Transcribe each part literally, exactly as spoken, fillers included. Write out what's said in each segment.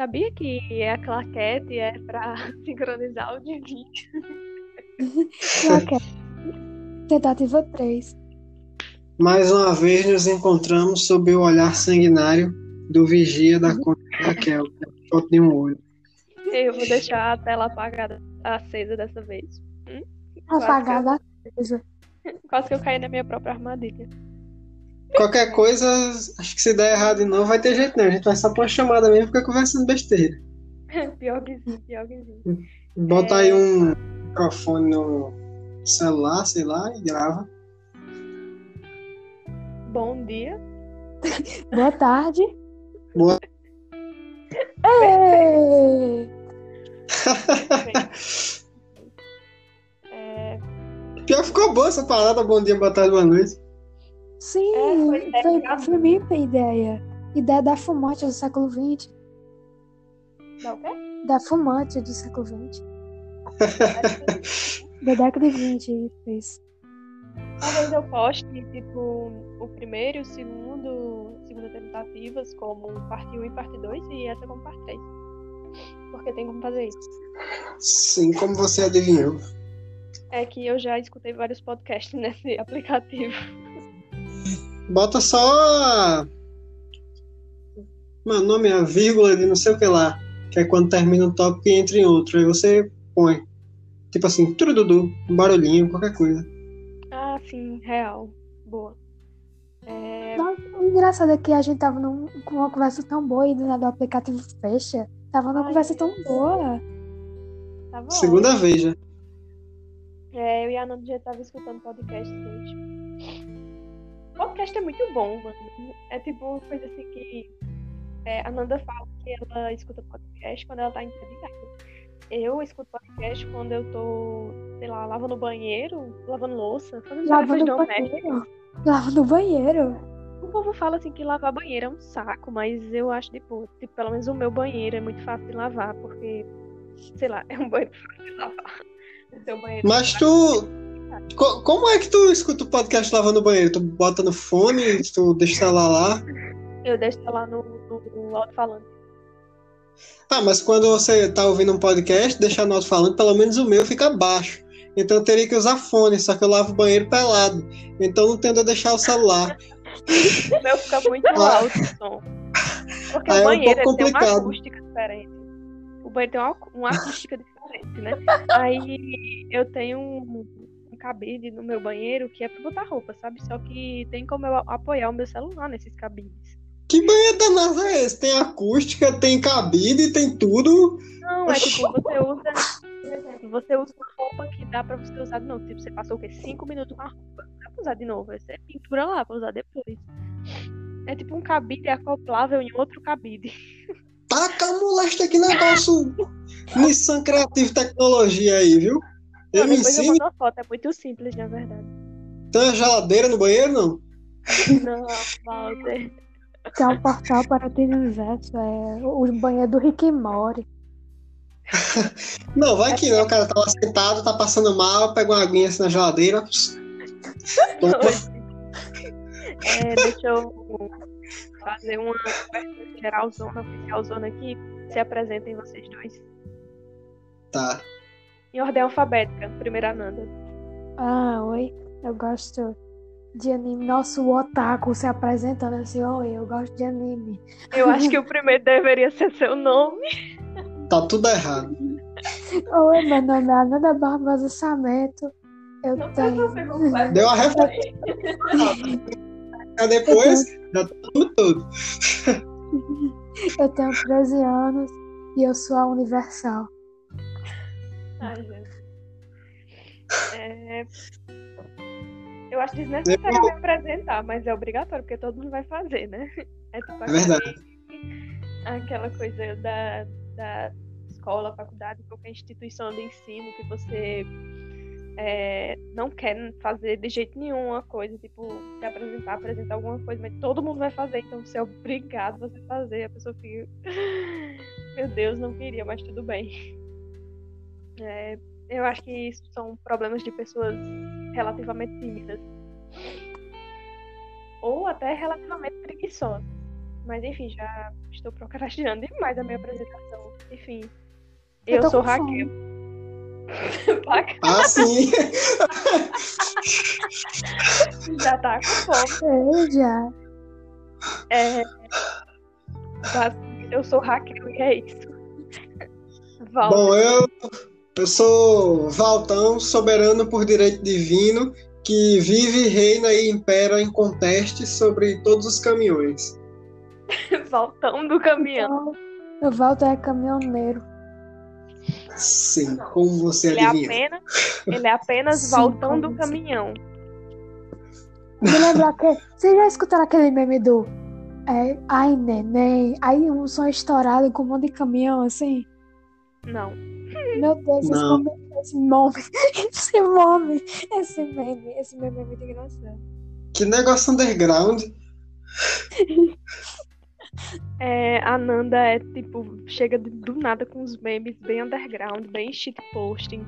sabia que a claquete é pra sincronizar o de vídeo? Ok. Tentativa três. Mais uma vez nos encontramos sob o olhar sanguinário do vigia da conta de Raquel, que só tem um olho. Eu vou deixar a tela apagada, acesa dessa vez. Hum? Quase que, Apagada a coisa. eu, quase que eu caí na minha própria armadilha. Qualquer coisa, acho que se der errado de novo, vai ter jeito não. A gente vai só pôr uma chamada mesmo e fica conversando besteira. Pior que sim, pior que sim. Bota É. aí um microfone no celular, sei lá, e grava. Bom dia. Boa tarde. Boa. Ei! É, Pior que ficou boa essa parada, bom dia, boa tarde, boa noite. Sim, É, foi ideia foi, da- foi minha ideia. Ideia da fumante do século vinte. dá o quê? Da fumante do século vinte. Da década de vinte, isso. Talvez eu poste, tipo, o primeiro e o segundo, segunda tentativas como parte um e parte dois e essa como parte três. Porque tem como fazer isso. Sim, como você adivinhou. É que eu já escutei vários podcasts nesse aplicativo. Bota só a... Meu nome é a vírgula de não sei o que lá, que é quando termina um tópico e entra em outro. Aí você põe, tipo assim, turududu, um barulhinho, qualquer coisa. Ah, sim, real. Boa. É, Não, o engraçado é que a gente tava num- com uma conversa tão boa e do nada o aplicativo fecha. Tava numa Ai, conversa tão boa. tava Segunda ótimo. vez já. É, eu e a Nanda já tava escutando podcasts hoje. Podcast é muito bom, mano. É tipo uma coisa assim que é, a Nanda fala que ela escuta podcast quando ela tá entediada. Eu escuto podcast quando eu tô, sei lá, lavando banheiro, lavando louça, fazendo tarefas Lavando domésticas. banheiro. Lavando banheiro. O povo fala assim que lavar banheiro é um saco, mas eu acho, tipo, tipo, pelo menos o meu banheiro é muito fácil de lavar, porque, sei lá, é um banheiro fácil de lavar. O seu banheiro Mas é tu... Co- como é que tu escuta o podcast lavando o banheiro? Tu bota no fone, tu deixa o celular lá? Eu deixo lá no, no, no alto-falante. Ah, mas quando você tá ouvindo um podcast, deixar no alto-falante, pelo menos o meu fica baixo. Então eu teria que usar fone, só que eu lavo o banheiro pelado. Então não tendo a deixar o celular. O meu fica muito Ah. alto o som. Porque Aí o é um banheiro pouco ele tem uma complicado. acústica diferente. O banheiro tem uma, uma acústica diferente, né? Aí eu tenho um, um cabide no meu banheiro que é pra botar roupa, sabe? Só que tem como eu apoiar o meu celular nesses cabides. Que banheiro danado é esse? Tem acústica, tem cabide, tem tudo. Não, é tipo, você usa. Você usa uma roupa que dá pra você usar de novo. Tipo, você passou o quê? Cinco minutos com a roupa. Não dá pra usar de novo. Você pintura lá pra usar depois. É tipo um cabide acoplável em outro cabide. Taca a molesta que negócio Nissan Creative Tecnologia aí, viu? Eu Não, me depois eu ensino. mando uma foto. É muito simples, na verdade. Tem uma geladeira no banheiro, não? Não, Walter. Tem um portal para ter universo. É o banheiro do Rick e Morty. Não, vai que não. O cara tá lá sentado, tá passando mal, pega uma aguinha assim na geladeira. Toma. É, deixa eu fazer uma conversa geralzona, oficialzona aqui. Se apresentem vocês dois. Tá. Em ordem alfabética. Primeiro Ananda. Ah, oi. Eu gosto de anime. Nossa, o otaku se apresentando assim. Oi, eu gosto de anime. Eu acho que o primeiro deveria ser seu nome. Tá tudo errado. Oi, meu nome é Ananda Barbosa Samento. Eu Não tenho. precisa ser completo. Deu a referência. Depois, já tá tudo todo. Eu tenho treze anos e eu sou a Universal. Ai, gente. É... Eu acho desnecessário me apresentar, mas é obrigatório, porque todo mundo vai fazer, né? É, tipo É verdade. aquele- aquela coisa da, da escola, faculdade, qualquer instituição de ensino que você é, não quer fazer de jeito nenhum uma coisa, tipo, se apresentar, apresentar alguma coisa, mas todo mundo vai fazer, então você é obrigado a você fazer. A pessoa fica, meu Deus, não queria, mas tudo bem. É, eu acho que isso são problemas de pessoas relativamente tímidas. Ou até relativamente preguiçosas. Mas enfim, já estou procrastinando demais a minha apresentação. Enfim, Eu eu, tô sou com Raquel. Ah, sim! Já tá com fome. Eu já. É, mas eu sou Raquel e é isso. Val, Bom, eu, eu sou Valtão, soberano por direito divino, que vive, reina e impera em conteste sobre todos os caminhões. Valtão do caminhão. Então, o Walter é caminhoneiro. Sim, como você Ele é adivinhou. apenas, ele é apenas Sim, Valtão do como caminhão. Me lembra que. Vocês já escutaram aquele meme do. É, ai, neném. Aí um som estourado com um monte de caminhão assim? Não. Meu Deus, esse Não. nome, esse nome, esse nome, esse meme, esse meme é muito engraçado. Que negócio underground. É, a Nanda é tipo, chega do, do nada com os memes bem underground, bem shitposting.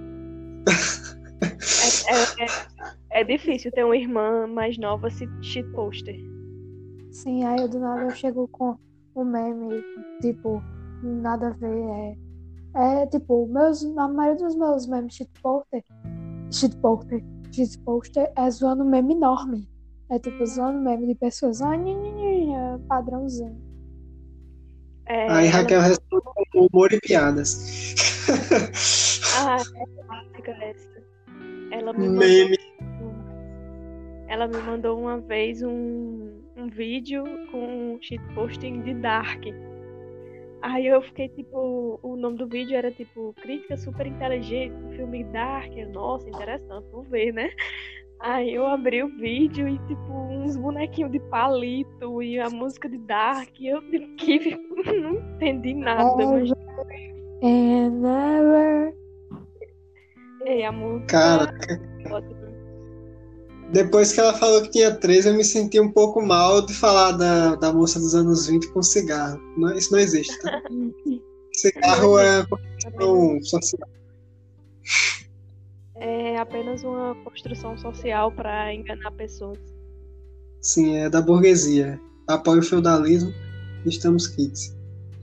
É, é, é, é difícil ter uma irmã mais nova se shitposter. Sim, aí eu, do nada eu chego com um meme, tipo, nada a ver. É, é tipo, meus, a maioria dos meus memes shitposter, shitposter, shitposter é zoando meme enorme. É tipo, zoando meme de pessoas, ah, nhe, nhe, nhe, padrãozinho. É, Aí ela- Raquel responde com humor e piadas. Ah, é clássica essa. Ela me mandou, Meme. ela me mandou uma vez um, um vídeo com shitposting de Dark. Aí eu fiquei tipo, o nome do vídeo era tipo Crítica Super Inteligente do filme Dark. Eu, Nossa, interessante, vou ver, né? Aí eu abri o vídeo e tipo uns bonequinhos de palito e a música de Dark. E eu tipo, que não entendi nada, mas And never. e a música Cara, ótima. depois que ela falou que tinha três, eu me senti um pouco mal de falar da, da moça dos anos vinte com cigarro. Não, isso não existe, tá? Cigarro é questão social. É apenas uma construção social para enganar pessoas. Sim, é da burguesia. Apoia o feudalismo. Estamos kits.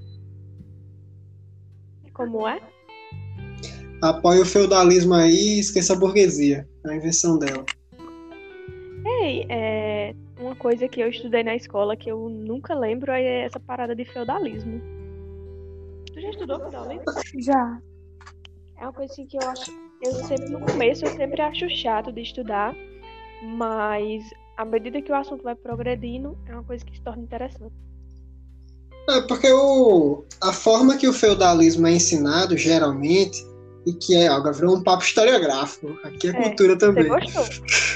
Como é? Apoia o feudalismo aí e esqueça a burguesia. A invenção dela. Ei, é uma coisa que eu estudei na escola que eu nunca lembro é essa parada de feudalismo. Tu já estudou feudalismo? Já. É uma coisa assim que eu acho. Eu sempre, no começo, eu sempre acho chato de estudar, mas à medida que o assunto vai progredindo, é uma coisa que se torna interessante. É porque o, a forma que o feudalismo é ensinado, geralmente, e que é, agora virou um papo historiográfico. Aqui é, É, cultura também. Você gostou?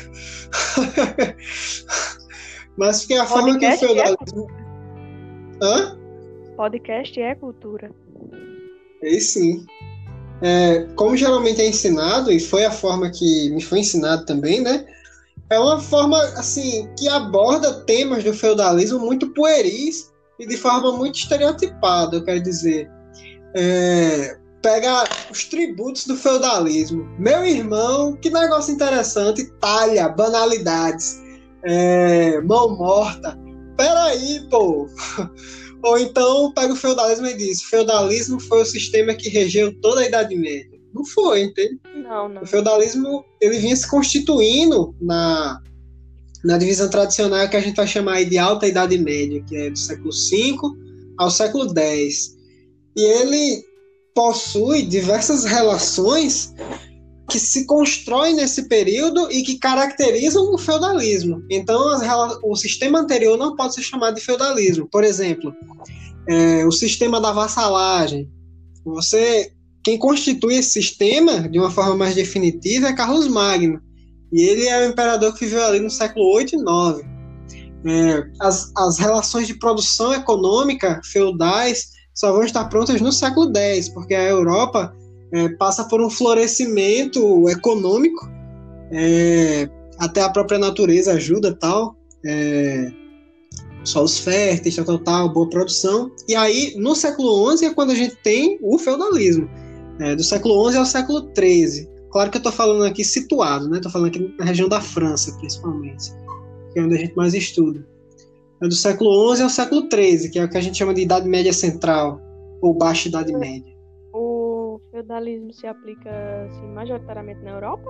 Mas porque a forma que o Podcast é feudalismo. Hã? Podcast é cultura. Aí sim. É, como geralmente é ensinado, e foi a forma que me foi ensinado também, né? É uma forma, assim, que aborda temas do feudalismo muito pueris e de forma muito estereotipada, eu quero dizer. É, pega os tributos do feudalismo. Meu irmão, que negócio interessante, talha, banalidades, é, mão morta. Peraí, pô! Ou então pega o feudalismo e diz: feudalismo foi o sistema que regeu toda a Idade Média. Não foi, entende? Não, não. O feudalismo ele vinha se constituindo na, na divisão tradicional que a gente vai chamar aí de Alta Idade Média, que é do século cinco ao século dez. E ele possui diversas relações que se constroem nesse período e que caracterizam o feudalismo. Então, as, o sistema anterior não pode ser chamado de feudalismo. Por exemplo, é, o sistema da vassalagem. Você, quem constitui esse sistema, de uma forma mais definitiva, é Carlos Magno. E ele é o imperador que viveu ali no século oito e nove. É, as, as relações de produção econômica feudais só vão estar prontas no século dez, porque a Europa É, passa por um florescimento econômico, é, até a própria natureza ajuda, tal, é, solos férteis, tal, tal, tal, boa produção. E aí, no século onze é quando a gente tem o feudalismo, é, do século onze ao século treze. Claro que eu estou falando aqui situado, né? Estou falando aqui na região da França, principalmente, que é onde a gente mais estuda. É do século onze ao século treze, que é o que a gente chama de Idade Média Central, ou Baixa Idade Média. O feudalismo se aplica assim, majoritariamente na Europa?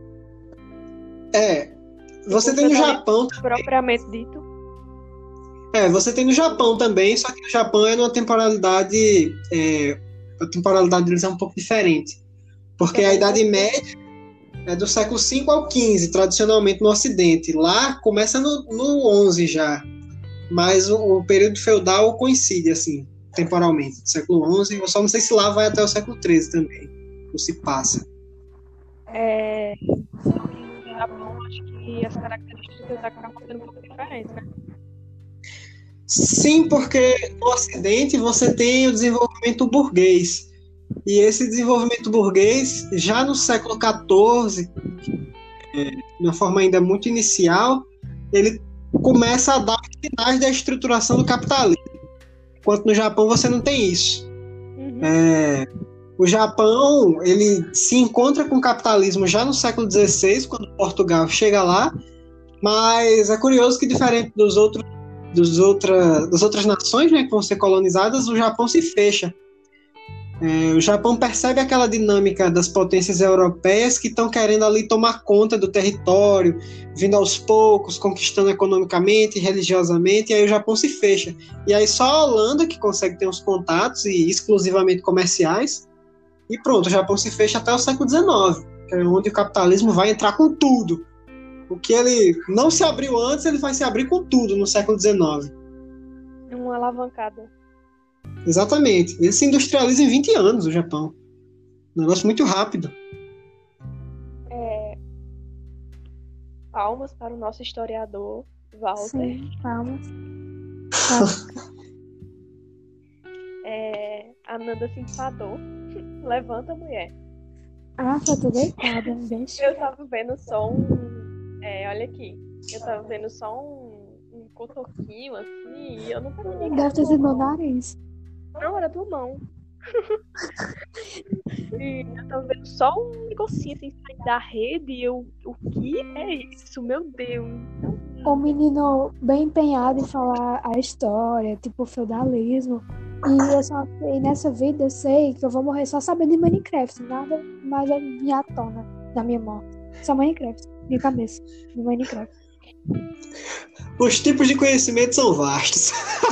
É, você O tem no feudalismo Japão, propriamente dito. é, você tem no Japão também, só que no Japão é numa temporalidade, é, a temporalidade deles é um pouco diferente, porque a Também Idade não- Média é do século cinco ao quinze, tradicionalmente no Ocidente. Lá começa no, no onze já, mas o, o período feudal coincide, assim, temporalmente, do século onze. Eu só não sei se lá vai até o século treze também, ou se passa. É, no Japão, acho que as características acabam sendo um pouco diferentes, né? Sim, porque no Ocidente você tem o desenvolvimento burguês. E esse desenvolvimento burguês, já no século quatorze, é, de uma forma ainda muito inicial, ele começa a dar os sinais da estruturação do capitalismo. Enquanto no Japão você não tem isso. Uhum. É, o Japão ele se encontra com o capitalismo já no século dezesseis, quando Portugal chega lá, mas é curioso que, diferente dos outros, dos outra, das outras nações, né, que vão ser colonizadas, o Japão se fecha. É, o Japão percebe aquela dinâmica das potências europeias que estão querendo ali tomar conta do território, vindo aos poucos, conquistando economicamente e religiosamente, e aí o Japão se fecha. E aí só a Holanda que consegue ter uns contatos, e exclusivamente comerciais, e pronto, o Japão se fecha até o século dezenove, que é onde o capitalismo vai entrar com tudo. O que ele não se abriu antes, ele vai se abrir com tudo no século dezenove. Uma alavancada. Exatamente. Ele se industrializa em vinte anos, o Japão. Um negócio muito rápido. É, palmas para o nosso historiador, Walter. Sim, palmas. Tá. É, a Nanda se enfadou. Levanta, mulher. Ah, eu tô deitada, me deixa. Eu tava vendo só um. É, olha aqui. Eu tava vendo só um, um cotoquinho assim e eu não sabia que Deve era ter sido meu tua mão. nariz. Não, era tua mão. E eu tava vendo só um negocinho assim sair da rede e eu. O que é isso? Meu Deus. O menino bem empenhado em falar a história, tipo o feudalismo. E, eu só, e nessa vida eu sei que eu vou morrer só sabendo de Minecraft. Nada mais vai vir à tona na minha morte. Só Minecraft, minha cabeça, no Minecraft. Os tipos de conhecimento são vastos.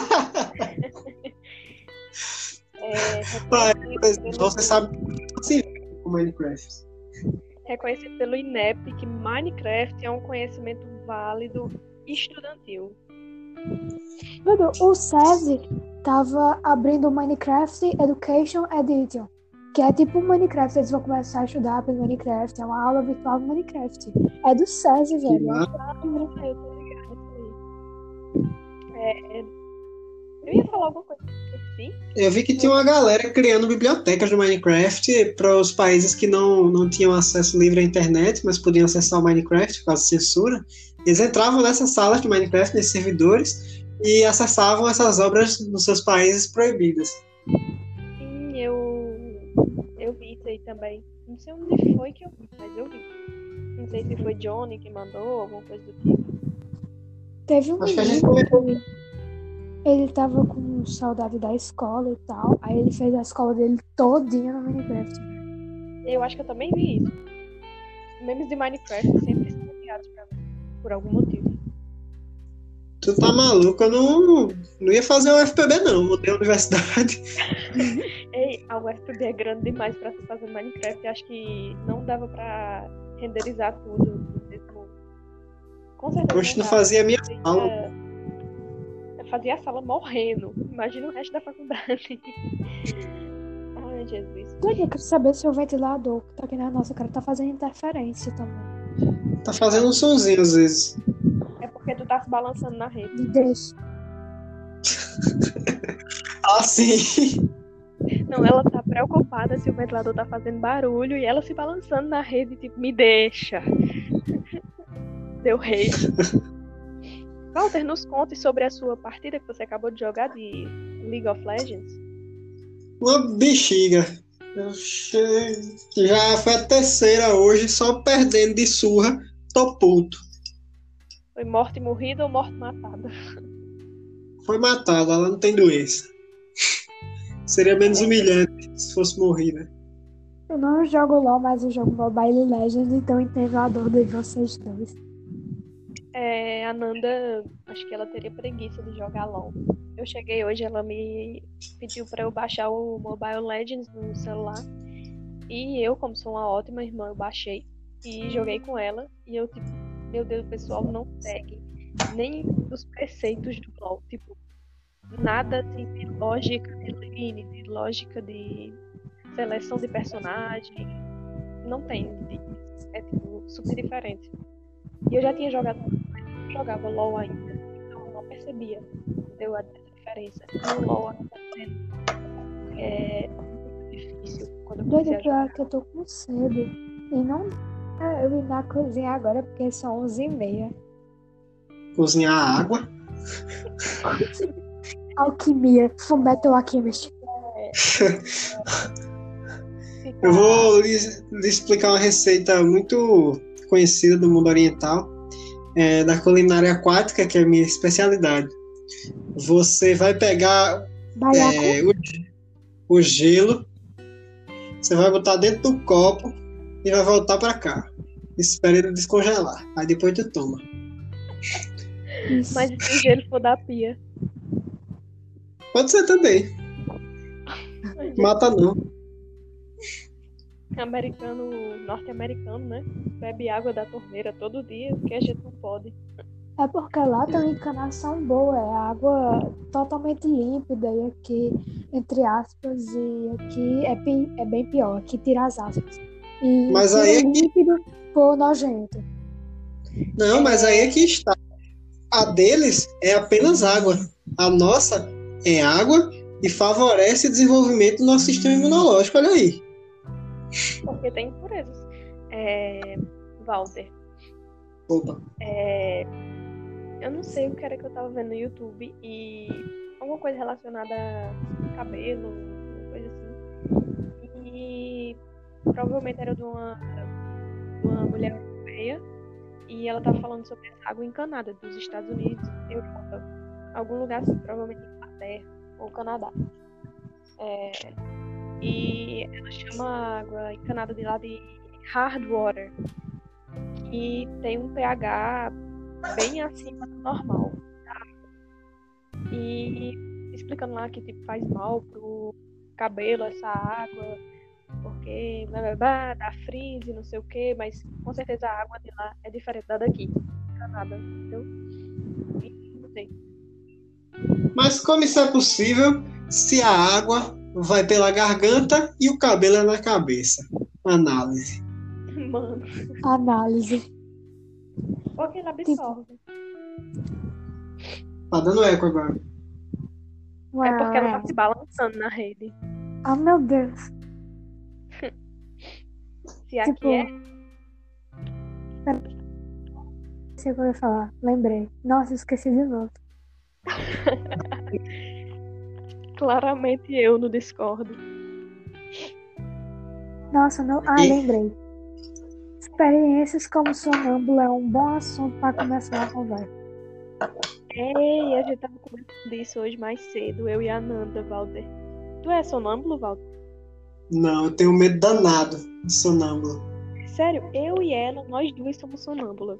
É, Mas, reconhecido, você pelo, sabe assim, com Minecraft. reconhecido pelo INEP que Minecraft é um conhecimento válido estudantil. Dudu, o SESI tava abrindo o Minecraft Education Edition, que é tipo o Minecraft, eles vão começar a estudar pelo Minecraft, é uma aula virtual do Minecraft. É do SESI, velho. Ah, eu tô ligada, isso aí. É, eu ia falar alguma coisa assim. Eu vi que tinha uma galera criando bibliotecas do Minecraft para os países que não, não tinham acesso livre à internet, mas podiam acessar o Minecraft por causa da censura. Eles entravam nessas salas de Minecraft, nesses servidores, e acessavam essas obras nos seus países proibidas. Sim, eu, eu vi isso aí também. Não sei onde foi que eu vi, mas eu vi. Não sei se foi Johnny que mandou, alguma coisa do tipo. Teve um Acho que a gente menino comentou. que ele tava com saudade da escola e tal, aí ele fez a escola dele todinha no Minecraft. Eu acho que eu também vi isso. Memes de Minecraft sempre são enviados pra mim, por algum motivo. Tu tá maluco? Eu não, não ia fazer o F P B, não. Mudei a universidade. Ei, a U F P B é grande demais pra tu fazer Minecraft. Acho que não dava pra renderizar tudo no mesmo. Com certeza. Hoje não dava. fazia a minha Eu ia- aula. Eu fazia a sala morrendo. Imagina o resto da faculdade. Ai, Jesus. Dudu, eu quero saber se o ventilador que tá aqui na nossa cara tá fazendo interferência também. Tá fazendo um sonzinho às vezes. É porque tu tá se balançando na rede. Me deixa. Ah, sim. Não, ela tá preocupada se o ventilador tá fazendo barulho e ela se balançando na rede, tipo, me deixa. Deu rei. Walter, nos conte sobre a sua partida que você acabou de jogar de League of Legends. Uma bexiga. Eu che- Já foi a terceira hoje, só perdendo de surra. Tô puto. Foi morte morrida ou morte matada? foi matada, ela não tem doença. Seria menos humilhante se fosse morrer, né? Eu não jogo LOL, mas eu jogo Mobile Legends, então entendo a dor de vocês dois. É, a Nanda, acho que ela teria preguiça de jogar LOL. Eu cheguei hoje, ela me pediu pra eu baixar o Mobile Legends no celular. E eu, como sou uma ótima irmã, eu baixei e joguei com ela. E eu, tipo, meu Deus, o pessoal não segue nem os preceitos do LOL. Tipo, nada assim de lógica de lane, de lógica de seleção de personagem. Não tem. É tipo, super diferente. E eu já tinha jogado, mas não jogava LOL ainda. Então eu não percebia. Deu a diferença. No LOL acontecendo. É muito difícil quando eu Doido, comecei a pior jogar. que eu tô com sede. E não dá eu ir na cozinha agora porque são onze e meia. Cozinhar água. Alquimia, Fullmetal Alchemist. Eu vou lhe, lhe explicar uma receita muito conhecida do mundo oriental, é, da culinária aquática, que é a minha especialidade. Você vai pegar Baiacu? é, o, o gelo, você vai botar dentro do copo e vai voltar para cá. Espera ele descongelar. Aí depois tu toma. Isso. Mas e se o gelo for da pia? Pode ser também. Mata não. Americano, norte-americano, né? Bebe água da torneira todo dia, porque a gente não pode. É porque lá tem uma encanação boa, é água totalmente límpida e aqui, entre aspas, e aqui é, pi- é bem pior, aqui tira as aspas. E Mas tira aí é que- límpido por nojento. Não, mas aí é que está. A deles é apenas água. A nossa é água e favorece o desenvolvimento do nosso sistema imunológico. Olha aí. Porque tem impurezas. É, Walter, Opa. é, eu não sei o que era que eu tava vendo no YouTube e alguma coisa relacionada a cabelo, uma coisa assim. E provavelmente era de uma, de uma mulher europeia e ela tava falando sobre essa água encanada dos Estados Unidos, Europa, algum lugar assim, provavelmente Inglaterra ou Canadá. É, e ela chama a água encanada de lá de hard water, que tem um pH bem acima do normal, tá? E explicando lá que tipo, faz mal pro cabelo essa água, porque blá, blá, blá, dá frizz, não sei o que, mas com certeza a água de lá é diferente da daqui, encanada, entendeu? E não sei. Mas como isso é possível se a água vai pela garganta e o cabelo é na cabeça? Análise. Mano, Análise. porque ela absorve. Tá dando eco agora. É porque ela tá se balançando na rede. Ah, meu Deus. Se aqui Tipo, é, não sei o que eu ia falar. Lembrei. Nossa, esqueci de novo. claramente eu no Discord. Nossa, não. Ah, E- lembrei. Experiências como sonâmbula é um bom assunto para começar a conversa. Ei, a gente tava conversando disso hoje mais cedo, eu e a Nanda, Walter. Tu é sonâmbulo, Walter? Não, eu tenho medo danado de sonâmbulo. Sério, eu e ela, nós duas somos sonâmbulas.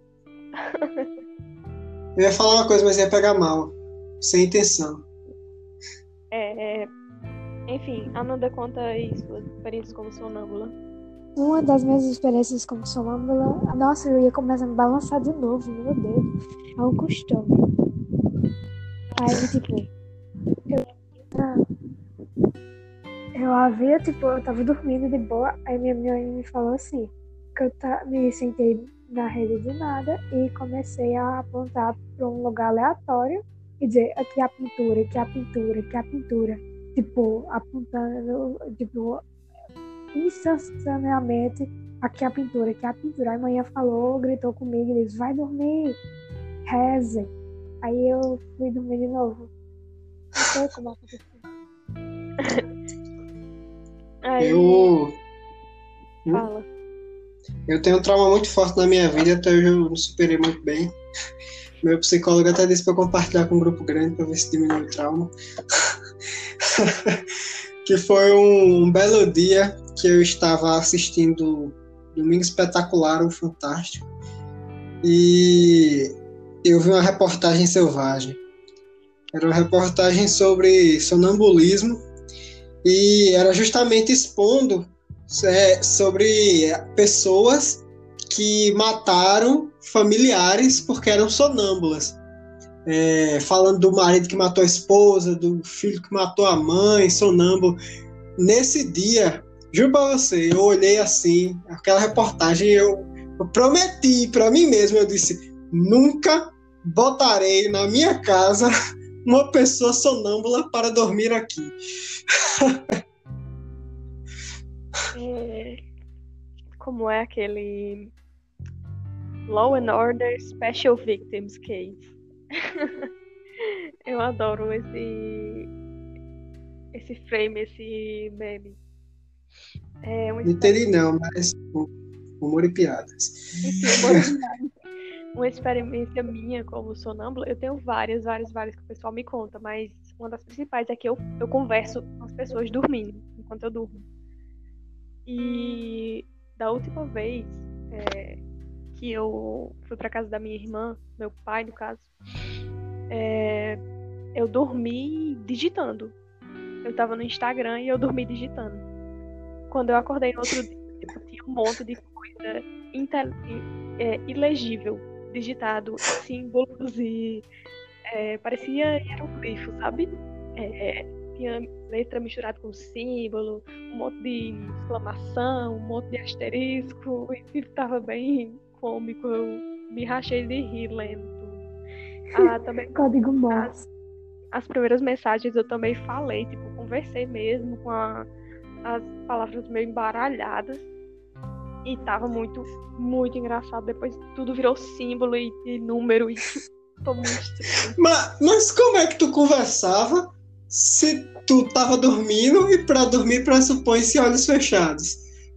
Eu ia falar uma coisa, mas ia pegar mal. Sem intenção. É, é... Enfim, a Nanda conta aí suas experiências como sonâmbula. Uma das minhas experiências como sonâmbula. Nossa, eu ia começar a me balançar de novo, meu Deus. É um costume. Aí, tipo, eu. Eu havia, tipo, eu tava dormindo de boa. Aí minha mãe me falou assim: que eu tá, me sentei na rede do nada e comecei a apontar para um lugar aleatório e dizer: aqui é a pintura, aqui é a pintura, aqui é a pintura. Tipo, apontando, tipo, instantaneamente, aqui é a pintura, aqui é a pintura. Aí a manhã falou, gritou comigo e disse: vai dormir, reze. Aí eu fui dormir de novo. Não sei como aconteceu. Aí, Eu, fala. eu tenho um trauma muito forte na minha vida, até hoje eu não superei muito bem. Meu psicólogo até disse pra eu compartilhar com um grupo grande pra ver se diminui o trauma. Que foi um, um belo dia que eu estava assistindo Domingo Espetacular, o Fantástico, e eu vi uma reportagem selvagem. Era uma reportagem sobre sonambulismo e era justamente expondo é, sobre pessoas que mataram familiares porque eram sonâmbulas. É, falando do marido que matou a esposa, do filho que matou a mãe, sonâmbulo. Nesse dia, juro pra você, eu olhei assim, aquela reportagem, eu, eu prometi pra mim mesmo, eu disse, nunca botarei na minha casa uma pessoa sonâmbula para dormir aqui. É, como é aquele Law and Order Special Victims Case. Eu adoro esse esse frame, esse meme. É uma Não entendi não, mas humor e piadas. Enfim, humor e piadas. Uma experiência minha como sonâmbula, eu tenho várias, várias, várias que o pessoal me conta, mas uma das principais é que eu, eu converso com as pessoas dormindo, enquanto eu durmo. E da última vez é, que eu fui pra casa da minha irmã, meu pai no caso, é, eu dormi digitando. Eu tava no Instagram e eu dormi digitando. Quando eu acordei no outro dia, tipo, tinha um monte de coisa inte- é, ilegível digitado, símbolos e é, parecia hieroglifo, sabe? É, tinha letra misturada com símbolo, um monte de exclamação, um monte de asterisco, e tava bem cômico, eu me rachei de rir lendo. Ah, também Código as, Morse. as primeiras mensagens eu também falei, tipo, conversei mesmo com a, as palavras meio embaralhadas. E tava muito, muito engraçado. Depois tudo virou símbolo e, e número e tô muito estranho. Mas, mas como é que tu conversava se tu tava dormindo e pra dormir pressupõe-se olhos fechados?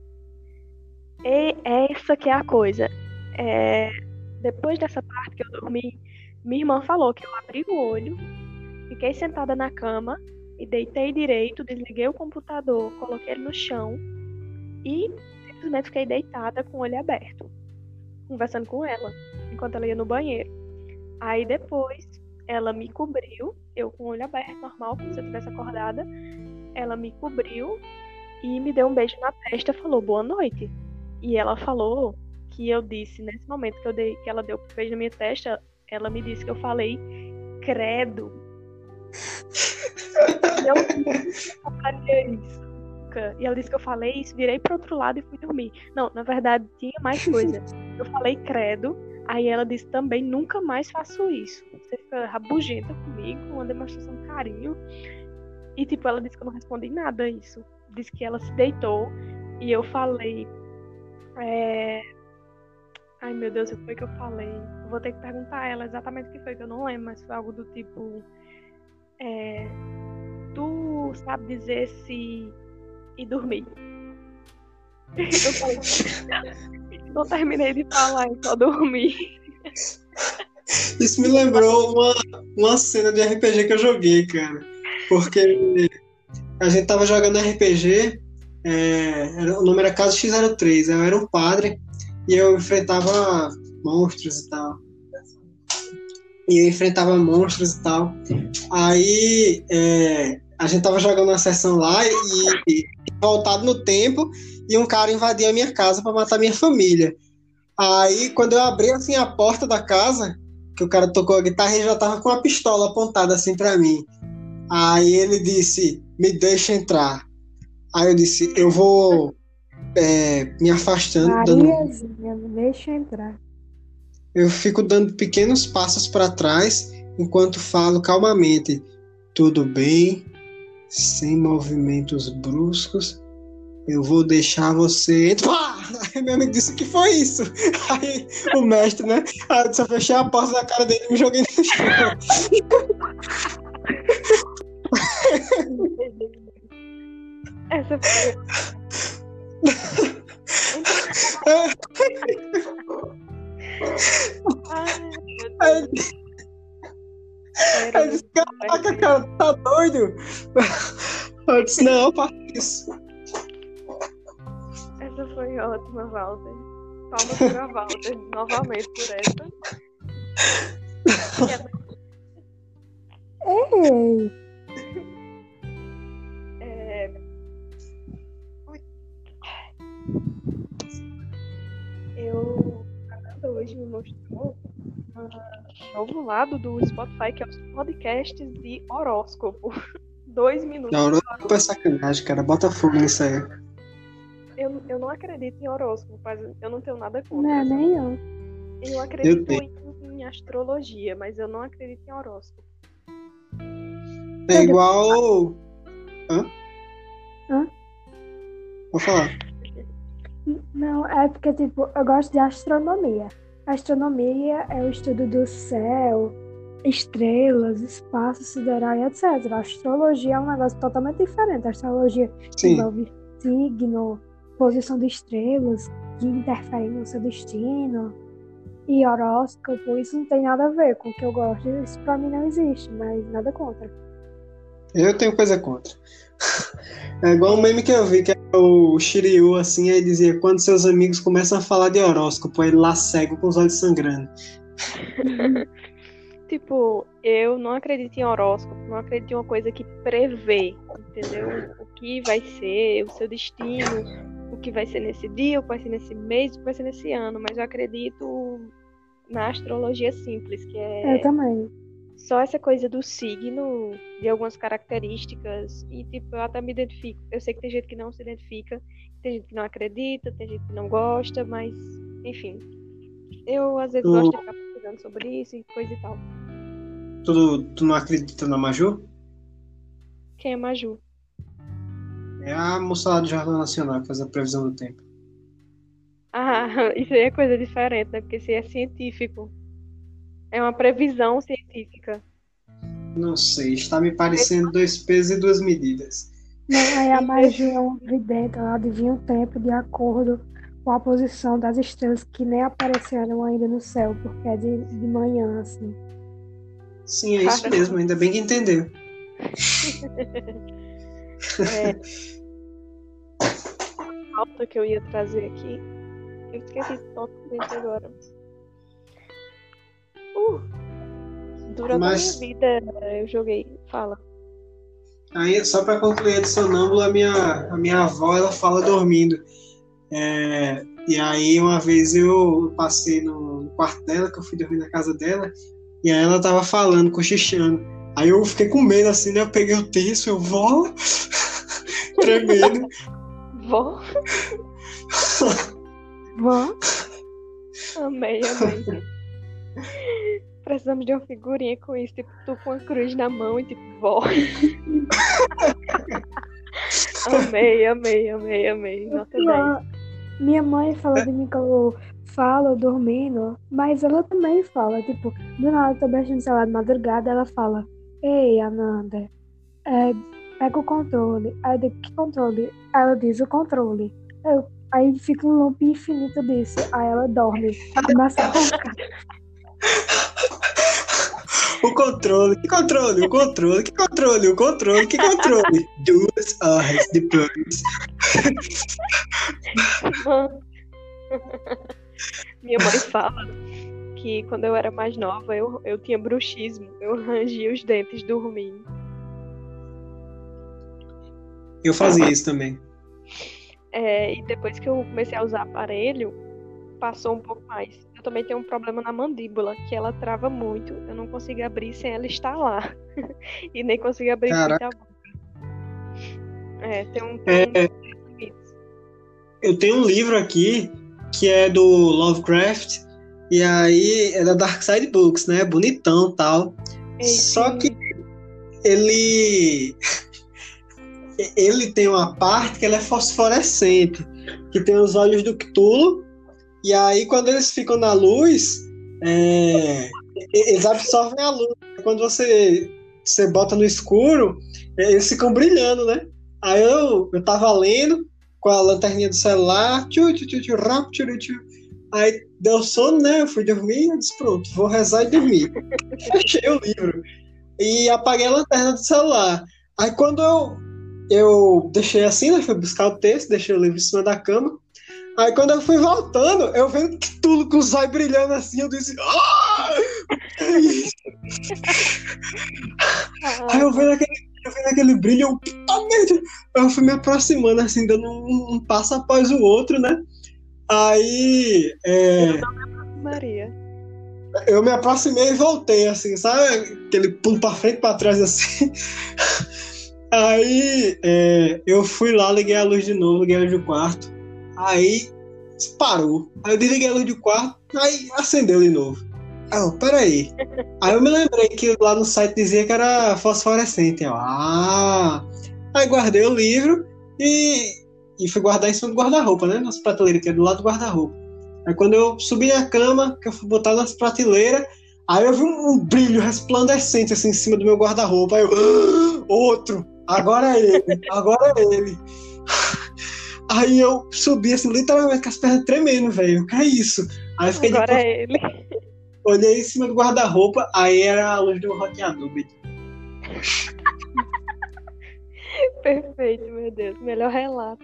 E essa que é a coisa. É, depois dessa parte que eu dormi, minha irmã falou que eu abri o olho, fiquei sentada na cama e deitei direito, desliguei o computador, coloquei ele no chão e simplesmente fiquei deitada com o olho aberto, conversando com ela, enquanto ela ia no banheiro. Aí depois, ela me cobriu, eu com o olho aberto, normal, como se eu tivesse acordada. Ela me cobriu e me deu um beijo na testa, falou boa noite. E ela falou que eu disse, nesse momento que, eu dei, que ela deu um beijo na minha testa, ela me disse que eu falei credo. E eu nunca faria isso. E ela disse que eu falei isso, virei pro outro lado e fui dormir. Não, na verdade, tinha mais coisa. Eu falei credo, aí ela disse também, nunca mais faço isso. Você fica rabugenta comigo, uma demonstração de carinho. E, tipo, ela disse que eu não respondi nada a isso. Disse que ela se deitou e eu falei... É... Ai, meu Deus, o que foi que eu falei? Eu vou ter que perguntar a ela exatamente o que foi, que eu não lembro, mas foi algo do tipo... É... Tu sabe dizer se... E dormi. Eu falei, não terminei de falar, e só dormi. Isso me lembrou uma, uma cena de R P G que eu joguei, cara. Porque a gente tava jogando R P G, é, era, o nome era Caso X zero três, eu era um padre e eu enfrentava monstros e tal. E eu enfrentava monstros e tal. Aí é, a gente tava jogando uma sessão lá e, e voltado no tempo e um cara invadiu a minha casa pra matar minha família. Aí quando eu abri assim a porta da casa, que o cara tocou a guitarra, ele já tava com a pistola apontada assim pra mim. Aí ele disse, me deixa entrar. Aí eu disse, eu vou é, me afastando. Mariazinha, dando... me deixa entrar. Eu fico dando pequenos passos para trás, enquanto falo calmamente, tudo bem, sem movimentos bruscos, eu vou deixar você... Pá! Aí meu amigo disse, o que foi isso? Aí o mestre, né? Aí eu disse, eu fechei a porta da cara dele e me joguei no chão. Essa foi. Ai, meu Aí, Era aí eu disse, caraca, cara, tá doido? Eu disse, não, faça isso. Essa foi ótima, Walter. Palmas para Walter, novamente por essa. Ei! É... Eu, a Nanda hoje me mostrou um novo lado do Spotify, que é os podcasts de horóscopo. Dois minutos. Não, horóscopo é sacanagem, cara. Bota fogo nisso aí. Eu, eu não acredito em horóscopo, mas eu não tenho nada contra. Não é sabe? nem eu. Eu acredito Eu em, em astrologia, mas eu não acredito em horóscopo. É igual. Hã? Hã? Vou falar. Não, é porque, tipo, eu gosto de astronomia. Astronomia é o estudo do céu, estrelas, espaço sideral e etcétera. A astrologia é um negócio totalmente diferente. A astrologia Sim. envolve signo, posição de estrelas que interferem no seu destino e horóscopo. Isso não tem nada a ver com o que eu gosto. Isso pra mim não existe, mas nada contra. Eu tenho coisa contra. É igual um meme que eu vi, que é o Shiryu, assim, aí dizia, quando seus amigos começam a falar de horóscopo, aí lá cego com os olhos sangrando. Tipo, eu não acredito em horóscopo, não acredito em uma coisa que prevê, entendeu? O que vai ser, o seu destino, o que vai ser nesse dia, o que vai ser nesse mês, o que vai ser nesse ano, mas eu acredito na astrologia simples, que é Eu também. só essa coisa do signo, de algumas características, e tipo, eu até me identifico. Eu sei que tem gente que não se identifica, tem gente que não acredita, tem gente que não gosta, mas, enfim. Eu, às vezes, Tu- gosto de ficar pesquisando sobre isso e coisa e tal. Tu, tu não acredita na Maju? Quem é Maju? É a moça lá do Jornal Nacional que faz a previsão do tempo. Ah, isso aí é coisa diferente, né? Porque isso aí é científico. É uma previsão científica. Não sei, está me parecendo dois pesos e duas medidas. Não, aí a Maju é um vidente, ela adivinha o tempo de acordo com a posição das estrelas que nem apareceram ainda no céu, porque é de, de manhã, assim. Sim, é isso Caramba. mesmo, ainda bem que entendeu. É. A pauta que eu ia trazer aqui, eu esqueci totalmente agora. Uh, durante Mas- a minha vida eu joguei. Fala. Aí, só para concluir a de sonâmbula, a minha, a minha avó, ela fala dormindo. É, e aí, uma vez eu passei no quarto dela, que eu fui dormir na casa dela, e aí ela tava falando, cochichando. Aí eu fiquei com medo, assim, né? Eu peguei o terço, eu, vó, tremendo. Vó, Vó? amei, amei. Precisamos de uma figurinha com isso, tipo, tu com a cruz na mão e tipo, vó. Amei, amei, amei, amei. Nota dez. Pior, minha mãe fala de mim que eu falo dormindo, mas ela também fala, tipo, do nada eu tô mexendo no celular de madrugada, ela fala, ei, Ananda, é, pega o controle. Aí eu digo, que controle? Aí ela diz, o controle. Eu, aí fica um loop infinito disso. Aí ela dorme. Começa a roncar. O controle, que controle, o controle, que controle, o controle, que controle. Duas horas depois. Minha mãe fala que quando eu era mais nova eu, eu tinha bruxismo, eu rangia os dentes dormindo. Eu fazia isso também. É, e depois que eu comecei a usar aparelho, passou um pouco mais. Eu também tenho um problema na mandíbula, que ela trava muito. Eu não consigo abrir sem ela estar lá. E nem consigo abrir sem Caraca. a boca. É, tem um. Tem É, um... eu tenho um livro aqui que é do Lovecraft, e aí é da Dark Side Books, né? Bonitão e tal. Só que ele ele tem uma parte que ela é fosforescente, que tem os olhos do Cthulhu, e aí quando eles ficam na luz, é, eles absorvem a luz. Quando você, você bota no escuro, eles ficam brilhando, né? Aí eu, eu tava lendo com a lanterninha do celular, tchu, tchu, tchu, tchu, rap, tchu, tchu, Aí deu sono, né? Eu fui dormir, eu disse, pronto, vou rezar e dormir. Fechei o livro e apaguei a lanterna do celular. Aí quando eu, eu deixei assim, né? Fui buscar o texto, deixei o livro em cima da cama. Aí quando eu fui voltando, eu vendo que tudo com os olhos brilhando assim, eu disse, ah! Que é isso? Aí eu vendo aquele, eu vendo aquele brilho, eu, puta merda! Eu fui me aproximando assim, dando um, um passo após o outro, né? Aí é, Maria. eu me aproximei e voltei, assim, sabe? Aquele pulo pra frente, pra trás, assim. Aí é, eu fui lá, liguei a luz de novo, liguei a luz do quarto. Aí parou. Aí eu desliguei a luz do quarto, aí acendeu de novo. Aí eu, peraí. Aí eu me lembrei que lá no site dizia que era fosforescente. Eu, ah! Aí guardei o livro e, e fui guardar em cima do guarda-roupa, né? Nas prateleiras, que é do lado do guarda-roupa. Aí quando eu subi na cama, que eu fui botar nas prateleiras, aí eu vi um, um brilho resplandecente assim em cima do meu guarda-roupa. Aí eu, ah, outro! Agora é ele! Agora é ele! Aí eu subi assim, literalmente com as pernas tremendo, velho. O que é isso? Aí eu fiquei Agora de... é ele. Olhei em cima do guarda-roupa, aí era a luz do roteador. Perfeito, meu Deus. Melhor relato.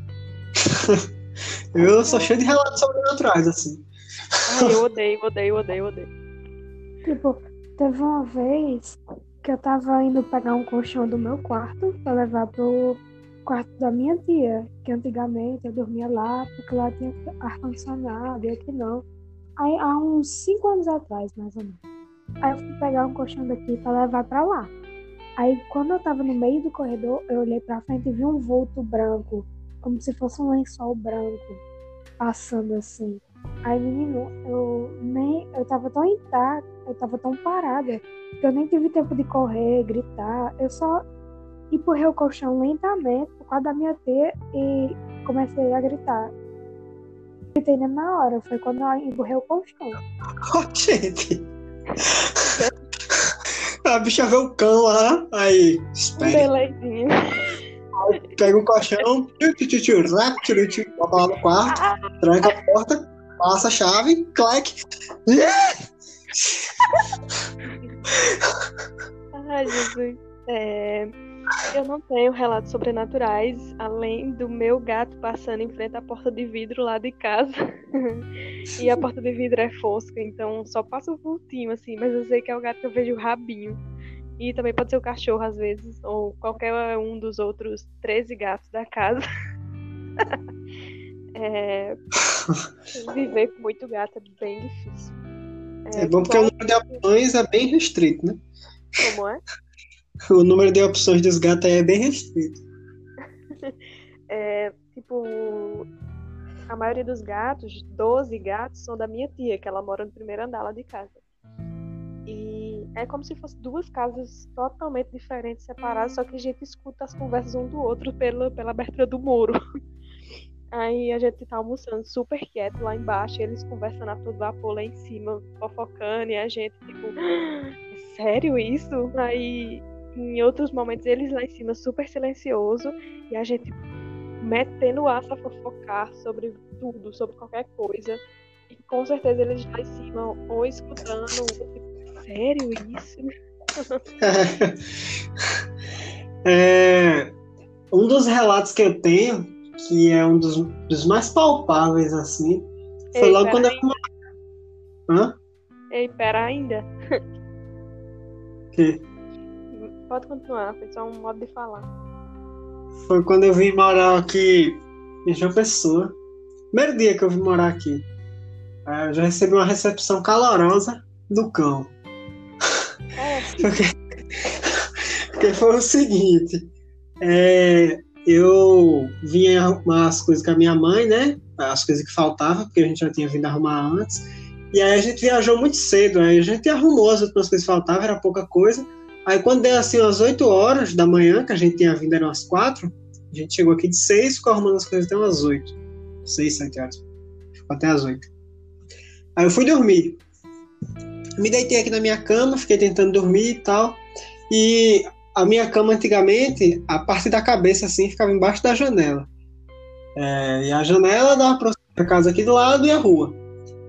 Eu sou cheio de relatos sobrenaturais, assim. Ai, eu odeio, odeio, odeio, odeio. Tipo, teve uma vez que eu tava indo pegar um colchão do meu quarto pra levar pro quarto da minha tia, que antigamente eu dormia lá porque lá tinha ar-condicionado e aqui não. Aí há uns cinco anos atrás, mais ou menos. Aí eu fui pegar um colchão daqui pra levar pra lá. Aí quando eu tava no meio do corredor, eu olhei pra frente e vi um vulto branco, como se fosse um lençol branco, passando assim. Aí, menino, eu nem. Eu tava tão intacta, eu tava tão parada, que eu nem tive tempo de correr, gritar. Eu só empurrei o colchão lentamente por causa da minha tia e comecei a gritar. Gritei na hora, foi quando eu empurrei o colchão. Oh, gente! A bicha vê o cão lá, aí, espere. Belezinha. Aí pega o colchão, rap, bota lá no quarto, tranca a porta, passa a chave, clack. Ai, Jesus. É, eu não tenho relatos sobrenaturais, além do meu gato passando em frente à porta de vidro lá de casa. E a porta de vidro é fosca, então só passa um vultinho, assim, mas eu sei que é o gato que eu vejo o rabinho. E também pode ser o cachorro, às vezes, ou qualquer um dos outros treze gatos da casa. É, viver com muito gato é bem difícil. É, é bom porque qual... o número de opções é bem restrito, né? Como é? O número de opções dos gatos aí é bem restrito. É, tipo, a maioria dos gatos, doze gatos, são da minha tia, que ela mora no primeiro andar lá de casa. E é como se fossem duas casas totalmente diferentes, separadas, só que a gente escuta as conversas um do outro pela, pela abertura do muro. Aí a gente tá almoçando super quieto lá embaixo, e eles conversando a todo vapor lá em cima, fofocando, e a gente, tipo, é sério isso? Aí, em outros momentos, eles lá em cima super silencioso, e a gente metendo o aço a fofocar sobre tudo, sobre qualquer coisa. E com certeza eles lá em cima, ou escutando, ou tipo, sério isso? É, um dos relatos que eu tenho, que é um dos, dos mais palpáveis, assim, foi Ei, logo quando ainda. eu... Hã? Ei, pera ainda. Que? Pode continuar, foi só um modo de falar. Foi quando eu vim morar aqui em João Pessoa. Primeiro dia que eu vim morar aqui. Eu já recebi uma recepção calorosa do cão. É. Porque, porque foi o seguinte, é, eu vinha arrumar as coisas com a minha mãe, né? As coisas que faltavam, porque a gente já tinha vindo arrumar antes. E aí a gente viajou muito cedo, aí a gente arrumou as últimas coisas que faltavam, era pouca coisa. Aí quando deu assim umas oito horas da manhã, que a gente tinha vindo, eram umas quatro, a gente chegou aqui de seis, ficou arrumando as coisas até umas oito. seis, sete horas. Ficou até as oito. Aí eu fui dormir. Me deitei aqui na minha cama, fiquei tentando dormir e tal. E a minha cama antigamente, a parte da cabeça assim, ficava embaixo da janela. É, e a janela dava para a casa aqui do lado e a rua.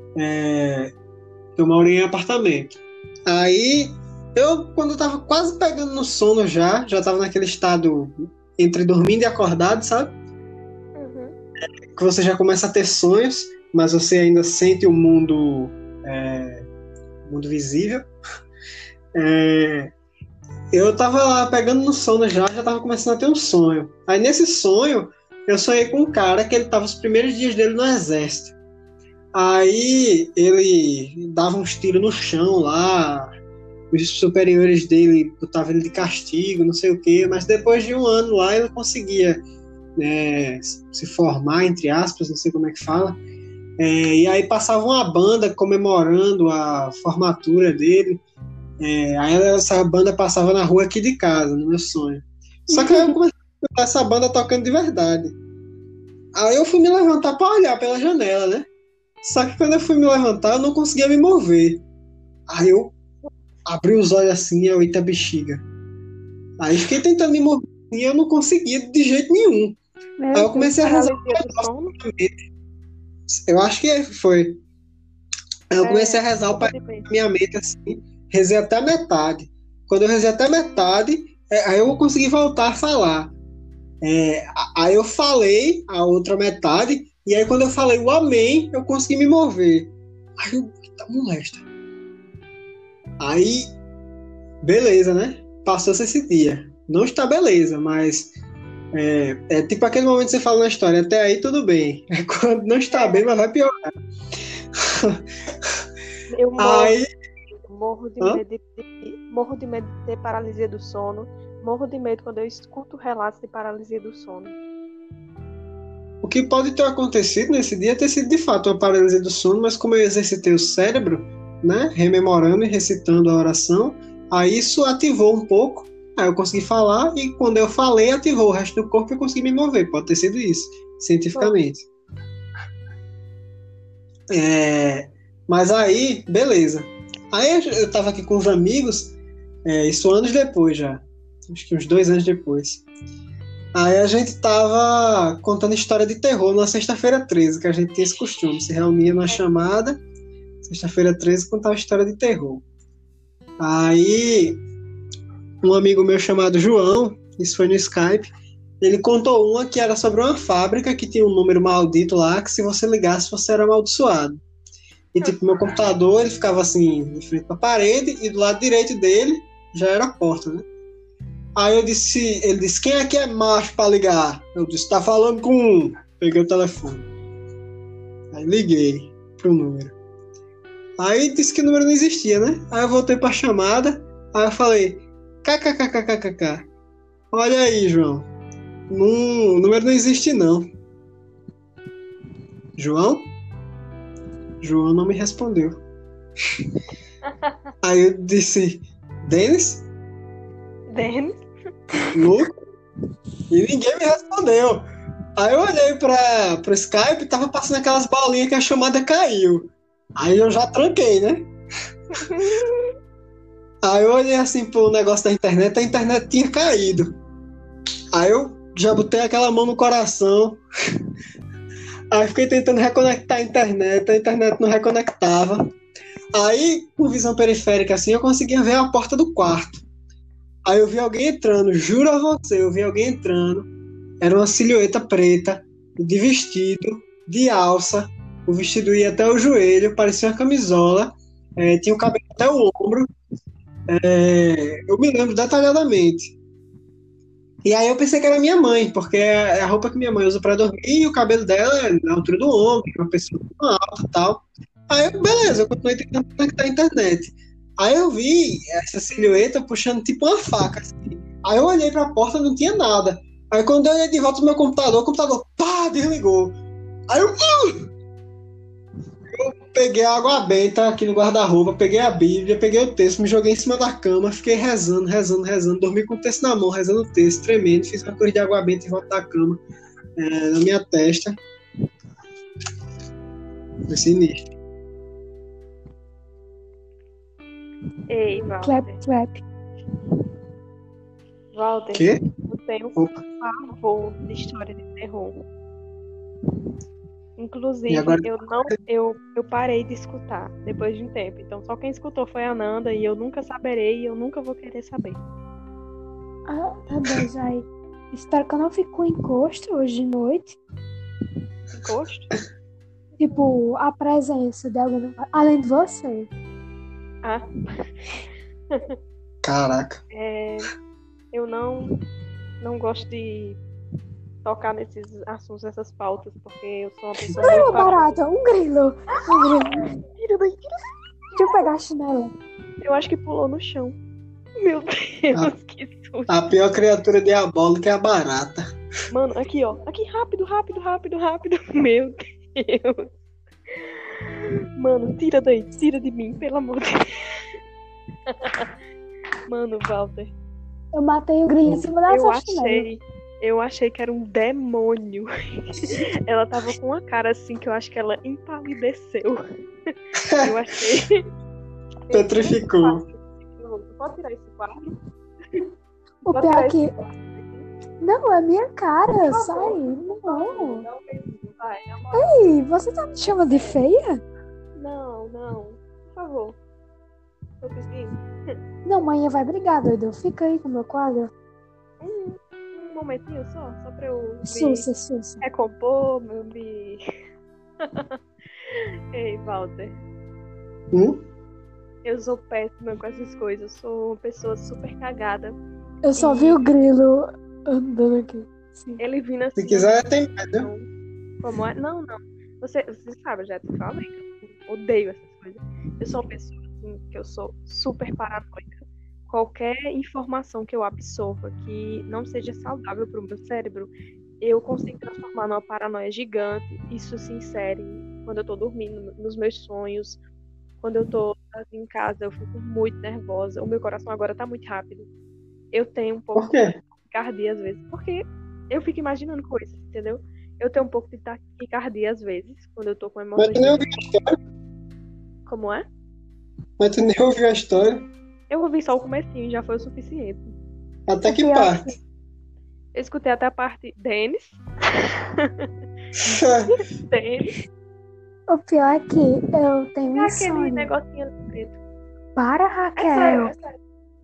É, eu moro em apartamento. Aí, eu, quando eu tava quase pegando no sono já, já tava naquele estado entre dormindo e acordado, sabe? Uhum. Que você já começa a ter sonhos, mas você ainda sente o mundo, é, mundo visível. É, eu tava lá pegando no sono já, já tava começando a ter um sonho. Aí nesse sonho, eu sonhei com um cara que ele tava os primeiros dias dele no exército. Aí ele dava uns tiros no chão lá, os superiores dele botavam ele de castigo, não sei o quê, mas depois de um ano lá ele conseguia, né, se formar, entre aspas, não sei como é que fala. É, e aí passava uma banda comemorando a formatura dele. É, aí essa banda passava na rua aqui de casa, no meu sonho. Só que aí eu comecei a escutar essa banda tocando de verdade. Aí eu fui me levantar para olhar pela janela, né? Só que quando eu fui me levantar, eu não conseguia me mover. Aí eu abri os olhos assim, eu, eita bexiga. Aí fiquei tentando me mover e eu não conseguia de jeito nenhum. Meu Aí eu comecei a rezar. Paralisia do sono? Eu acho que foi. Aí eu comecei É, a rezar o Pai pode ver. na minha mente assim, rezei até a metade. Quando eu rezei até a metade, é, aí eu consegui voltar a falar. É, a- aí eu falei a outra metade, e aí quando eu falei o amém, eu consegui me mover. Aí eu, eita molesta. Aí, beleza, né? Passou-se esse dia. Não está beleza, mas é, é tipo aquele momento que você fala na história, até aí tudo bem. É quando não está É. bem, mas vai piorar. Eu morro, Aí, morro de hã? medo de, de- morro de medo de ter paralisia do sono. Morro de medo quando eu escuto relatos de paralisia do sono. O que pode ter acontecido nesse dia é ter sido de fato uma paralisia do sono, mas como eu exercitei o cérebro, né, rememorando e recitando a oração, aí isso ativou um pouco, aí eu consegui falar e quando eu falei ativou o resto do corpo e eu consegui me mover. Pode ter sido isso, cientificamente. É, mas aí, beleza. Aí eu eu tava aqui com os amigos, é, isso anos depois já, acho que uns dois anos depois. Aí a gente tava contando história de terror na sexta-feira treze, que a gente tinha esse costume, se reunia numa chamada, sexta-feira treze, contava história de terror. Aí um amigo meu chamado João, isso foi no Skype, ele contou uma que era sobre uma fábrica que tinha um número maldito lá, que se você ligasse você era amaldiçoado. E tipo, meu computador, ele ficava assim, de frente pra parede, e do lado direito dele já era a porta, né? Aí eu disse, ele disse, quem aqui é macho pra ligar? Eu disse, tá falando com um. Peguei o telefone. Aí liguei pro número. Aí disse que o número não existia, né? Aí eu voltei pra chamada, aí eu falei, kkkkkkk. Olha aí, João. Não, o número não existe, não. João? João não me respondeu. Aí eu disse, Denis? Denis? Louco? E ninguém me respondeu. Aí eu olhei para pro Skype e tava passando aquelas bolinhas que a chamada caiu. Aí eu já tranquei, né? Aí eu olhei assim pro negócio da internet, a internet tinha caído. Aí eu já botei aquela mão no coração. Aí fiquei tentando reconectar a internet, a internet não reconectava. Aí, com visão periférica assim, eu conseguia ver a porta do quarto. Aí eu vi alguém entrando, juro a você, eu vi alguém entrando. Era uma silhueta preta, de vestido, de alça. O vestido ia até o joelho, parecia uma camisola. É, tinha o cabelo até o ombro. É, eu me lembro detalhadamente. E aí eu pensei que era minha mãe, porque é a roupa que minha mãe usa pra dormir e o cabelo dela é na altura do ombro, uma pessoa alta e tal. Aí, eu, beleza, eu continuei tentando conectar a internet. Aí eu vi essa silhueta puxando tipo uma faca, assim. Aí eu olhei pra porta, não tinha nada. Aí quando eu olhei de volta no meu computador, o computador, pá, desligou. Aí eu, uh! eu peguei a água benta aqui no guarda-roupa, peguei a Bíblia, peguei o texto, me joguei em cima da cama, fiquei rezando, rezando, rezando, dormi com o texto na mão, rezando o texto, tremendo, fiz uma coisa de água benta em volta da cama, é, na minha testa. Foi sinistro. Ei, Clap, Walter. clap. Walter, Quê? eu tenho Opa. um pavor de história de terror. Inclusive, E agora- eu não, eu, eu parei de escutar depois de um tempo. Então, só quem escutou foi a Nanda e eu nunca saberei e eu nunca vou querer saber. Ah, meu Deus, aí. Espero que eu não fique com encosto hoje de noite. Encosto? Tipo, a presença de alguém. Além de você. Ah, Caraca. é, eu não, não gosto de tocar nesses assuntos, nessas pautas, porque eu sou uma pessoa Grilo muito parada. barata, um grilo. Um grilo. Tira daí, tira daí. Deixa eu pegar a chinela. Eu acho que pulou no chão. Meu Deus, Ah. que susto. A pior criatura diabólica é a barata. Mano, aqui, ó. Aqui, rápido, rápido, rápido, rápido. Meu Deus. Mano, tira daí, tira de mim, pelo amor de Deus. Mano, Walter, Eu matei o grilo em cima da eu sua chinela. achei, eu achei que era um demônio. Ela tava com uma cara assim que eu acho que ela empalideceu. Eu achei. Petrificou. Pode tirar esse quadro? O Pode pior tirar é que. esse quadro? Não, é minha cara. Sai. Não. Vai, na moral. Ei, você tá me chamando de feia? Não, não. Por favor. Tô pedindo. Não, mãe vai brigar, doido. Fica aí com o meu quadro. Um, um momentinho só, só pra eu me Sussa, sussa. recompor, meu me. Ei, Walter. Hum? Eu sou péssima com essas coisas. Eu sou uma pessoa super cagada. Eu só vi o grilo andando aqui. Sim. Ele vindo assim. Se quiser, tem mais, né? Não. Como é? Não, não. Você, você sabe, eu já te falei que eu odeio essas coisas. Eu sou uma pessoa assim, que eu sou super paranoica. Qualquer informação que eu absorva que não seja saudável para o meu cérebro, eu consigo transformar numa paranoia gigante. Isso se insere quando eu tô dormindo, nos meus sonhos. Quando eu tô em casa, eu fico muito nervosa. O meu coração agora tá muito rápido. Eu tenho um pouco Por quê? de taquicardia às vezes, porque eu fico imaginando coisas, entendeu? Eu tenho um pouco de taquicardia às vezes, quando eu tô com Mas emoções. tu nem ouviu a história. Como é? Mas tu nem ouviu a história. Eu ouvi só o comecinho, já foi o suficiente. Até que Pior parte? Eu escutei até a parte Denis. Denis. O pior é que eu tenho É aquele insônia. negocinho ali preto. Para, É Raquel. sério, é sério.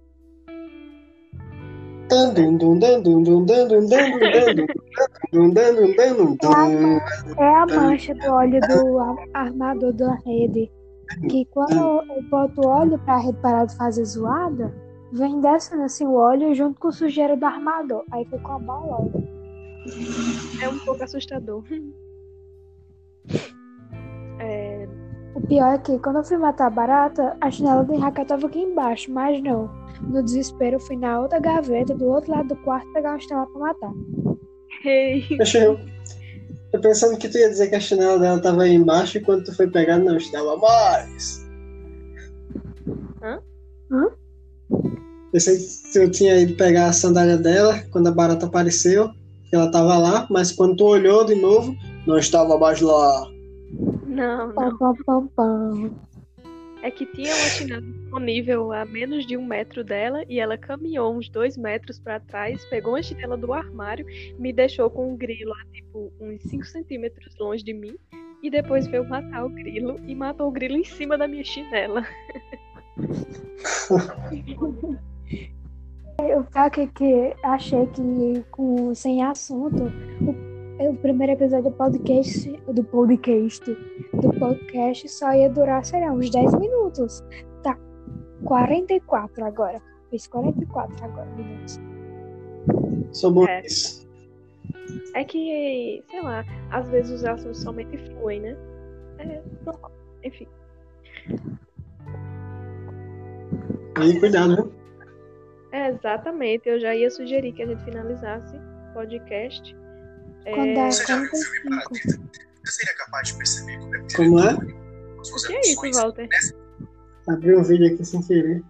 Dum, dum, dum, dum, dum, dum, dum, dum, dum, dum, dum, dum, dum. É a mancha do óleo do a- armador da rede. Que quando eu boto o óleo pra rede parar de fazer zoada, vem descendo assim o óleo junto com o sujeira do armador. Aí fica uma bola. É um pouco assustador. É, O pior é que quando eu fui matar a barata, a chinela de Raquel tava aqui embaixo, mas não. No desespero, eu fui na outra gaveta, do outro lado do quarto, pegar uma chinela pra matar. Ei, Eu tô pensando que tu ia dizer que a chinela dela tava aí embaixo e quando tu foi pegar, não, estava mais. Hã? Hã? Pensei que tu tinha ido pegar a sandália dela quando a barata apareceu, que ela tava lá, mas quando tu olhou de novo, não estava mais lá. não, não. Pam, pam, pam, pam. É que tinha uma chinela disponível a menos de um metro dela e ela caminhou uns dois metros pra trás, pegou uma chinela do armário, me deixou com um grilo a tipo uns cinco centímetros longe de mim e depois veio matar o grilo e matou o grilo em cima da minha chinela. O pior é que achei que com, sem assunto, o, o primeiro episódio do podcast, do podcast, do podcast só ia durar, sei lá, uns dez minutos. Tá, quarenta e quatro agora. Fiz quarenta e quatro agora minutos. Sou bom É. nisso. É que, sei lá, às vezes os assuntos somente fluem, né? É normal. Enfim. Aí, cuidado, viu? É, exatamente. Eu já ia sugerir que a gente finalizasse o podcast. Quando É, dá Você já quarenta e percebeu cinco. Você seria capaz de perceber como é que Como é? as suas O que é isso, emoções Walter? Abri um vídeo aqui sem querer.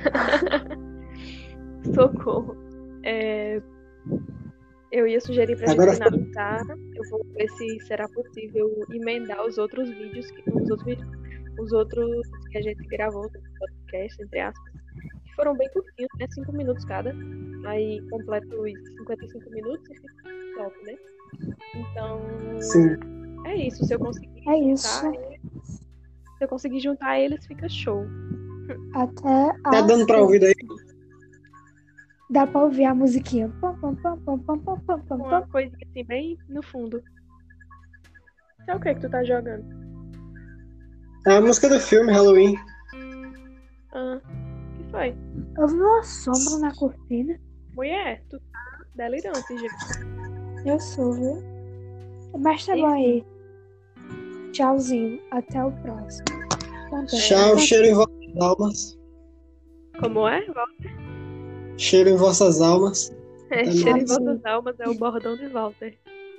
Socorro. É, eu ia sugerir pra Agora gente finalizar. Eu vou ver se será possível emendar os outros vídeos, que, os outros vídeos, os outros que a gente gravou no podcast, entre aspas, que foram bem curtinhos, né? Cinco minutos cada. Aí completo os cinquenta e cinco minutos e fica top, né? Então, Sim. É isso, se eu conseguir É isso. juntar eles, se eu conseguir juntar eles, fica show. Até a... Tá dando pra ouvir daí? Dá pra ouvir a musiquinha. Pam, pam, pam, pam, pam, pam, pam, pam, Uma pam. coisinha assim, bem no fundo. Isso é o que que tu tá jogando? É a música do filme Halloween. Ah, que foi? Eu vi uma sombra na cortina. Mulher, tu tá delirante, gente. Eu sou, viu? Mas tá bom aí. Tchauzinho. Até o próximo. Tá bem. Tchau, cheiro em vossas almas. Como é? Cheiro em vossas almas. É, Até cheiro em mais. vossas almas é o bordão de Walter.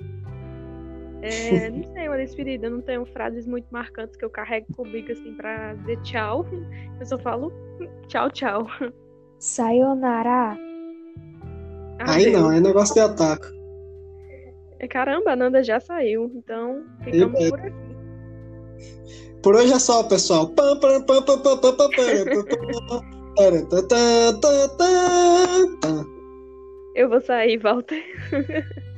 É, não sei, uma despedida. Eu não tenho frases muito marcantes que eu carrego comigo assim pra dizer tchau. Eu só falo tchau, tchau. Sayonara. Aí Adeus. não, é negócio de ataque. Caramba, a Nanda já saiu. Então, ficamos Eu- por aqui. Por hoje é só, pessoal. Pam, pam, pam, pam, pam, pam, pam, pam, pam, pam, pam, pam, pam. Eu vou sair, Walter.